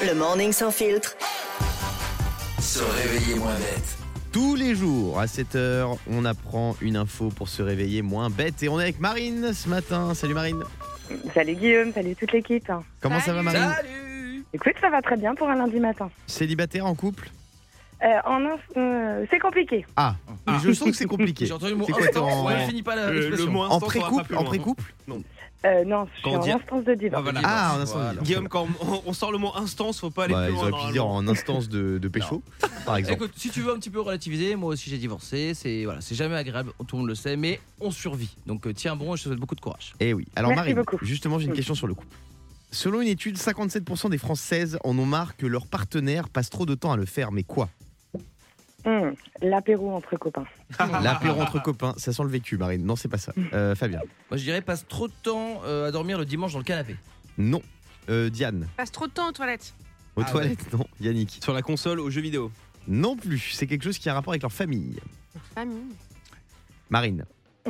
Le morning sans filtre. Se réveiller moins bête. Tous les jours à 7h, on apprend une info pour se réveiller moins bête. Et on est avec Marine ce matin. Salut Marine. Salut Guillaume, salut toute l'équipe. Comment ça va Marine? Salut. Écoute, ça va très bien pour un lundi matin. Célibataire, en couple? C'est compliqué. Ah, je sens que c'est compliqué. J'ai entendu le mot C'est quoi, instant, t'es en- ouais, finis pas Le l'expression. mot En instant, ça va pas pré-couple? plus En loin. pré-couple? Non, je suis Quand on en dit- instance de divorce. voilà. Ah, en instance de divorce. Guillaume, quand on sort le mot instance, faut pas aller Bah, plus ils loin. auraient pu dire en instance de pécho, par exemple. Écoute, si tu veux un petit peu relativiser, moi aussi j'ai divorcé, c'est jamais agréable, tout le monde le sait, mais on survit. Donc tiens bon, je te souhaite beaucoup de courage. Eh oui. Alors Merci Marine, beaucoup. justement, j'ai une question sur le couple. Selon une étude, 57% des Françaises en ont marre que leur partenaire passe trop de temps à le faire. Mais quoi? L'apéro entre copains. L'apéro entre copains, ça sent le vécu, Marine. Non, c'est pas ça. Fabien? Moi je dirais passe trop de temps à dormir le dimanche dans le canapé. Non. Diane? Passe trop de temps aux toilettes. Aux Ah toilettes? Non. Yannick? Sur la console, aux jeux vidéo. Non plus. C'est quelque chose qui a un rapport avec leur famille. Famille. Marine?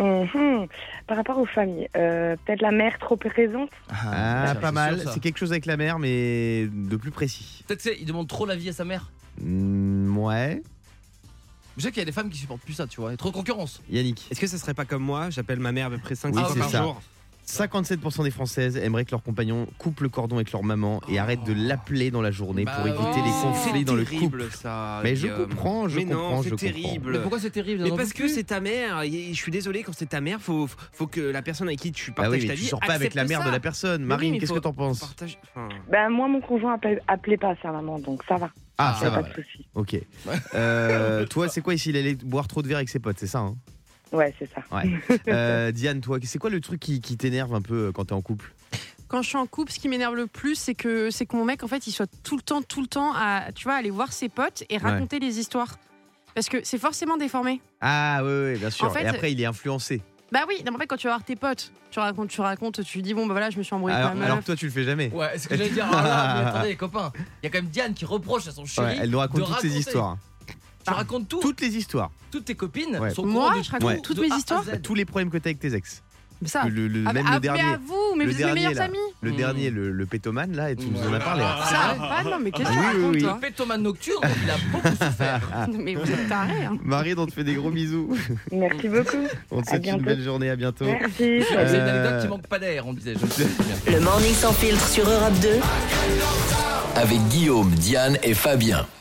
Par rapport aux familles, peut-être la mère trop présente. Ah, tiens, pas c'est mal. sûr, ça. C'est quelque chose avec la mère, mais de plus précis. Peut-être il demande trop l'avis à sa mère. Ouais. Je sais qu'il y a des femmes qui supportent plus ça, tu vois, trop de concurrence. Yannick? Est-ce que ça serait pas comme moi? J'appelle ma mère à peu près 5 Oui, fois c'est par ça. jour. 57% des Françaises aimeraient que leur compagnon coupe le cordon avec leur maman et arrête de l'appeler dans la journée pour Bah, éviter les conflits dans le couple. terrible, ça. Mais je Guillaume. comprends, je Mais comprends, non, je c'est comprends. terrible. Mais pourquoi c'est terrible? Mais J'en parce peux que plus. c'est ta mère. Je suis désolé, quand c'est ta mère, faut que la personne avec qui tu Bah partages oui, mais ta tu vie sors pas avec accepte la mère ça. de la personne. Mais Marine, oui, mais qu'est-ce faut- que t'en penses? Partage- enfin, Ben moi, mon conjoint appelait pas sa maman, donc ça va. Ah, Y ça a va. pas de souci. Ok. Toi, c'est quoi s'il allait boire trop de verre avec ses potes, c'est ça hein? Ouais, c'est ça. Ouais. Diane, toi, c'est quoi le truc qui t'énerve un peu quand t'es en couple? Quand je suis en couple, ce qui m'énerve le plus, c'est que mon mec, en fait, il soit tout le temps à, tu vois, aller voir ses potes et raconter les histoires. Parce que c'est forcément déformé. Ah oui, bien sûr. En fait, et après, il est influencé. Bah oui, non, mais en fait, quand tu vas voir tes potes, tu racontes, tu dis bon, bah voilà, je me suis embrouillé avec ma Alors meuf. que toi, tu le fais jamais. Ouais, c'est ce que j'allais dire. Ah là, mais attendez les copains, il y a quand même Diane qui reproche à son chéri. Ouais, elle nous raconte de toutes ses raconter. histoires. Tu racontes tout. Toutes les histoires. Toutes tes copines Ouais. sont Moi, au courant de je raconte tout, toutes de mes A à histoires. Z. Tous les problèmes que t'as avec tes ex. Ça. Même le Mais dernier. à vous, mais Le vous êtes mes dernier, meilleurs là. amis. Le dernier, le pétomane, là, et tu nous en as parlé. hein. Ça, ah non, mais qu'est-ce que tu Oui, racontes, oui, oui. toi Le pétomane nocturne, il a beaucoup souffert. Mais vous êtes tarés, hein. Marine, on te fait des gros bisous. Merci beaucoup. On te À souhaite une bientôt. belle journée. À bientôt. Merci. C'est une Euh, anecdote qui manque pas d'air, on disait. Je me souviens bien. Le morning sans filtre sur Europe 2. Avec Guillaume, Diane et Fabien.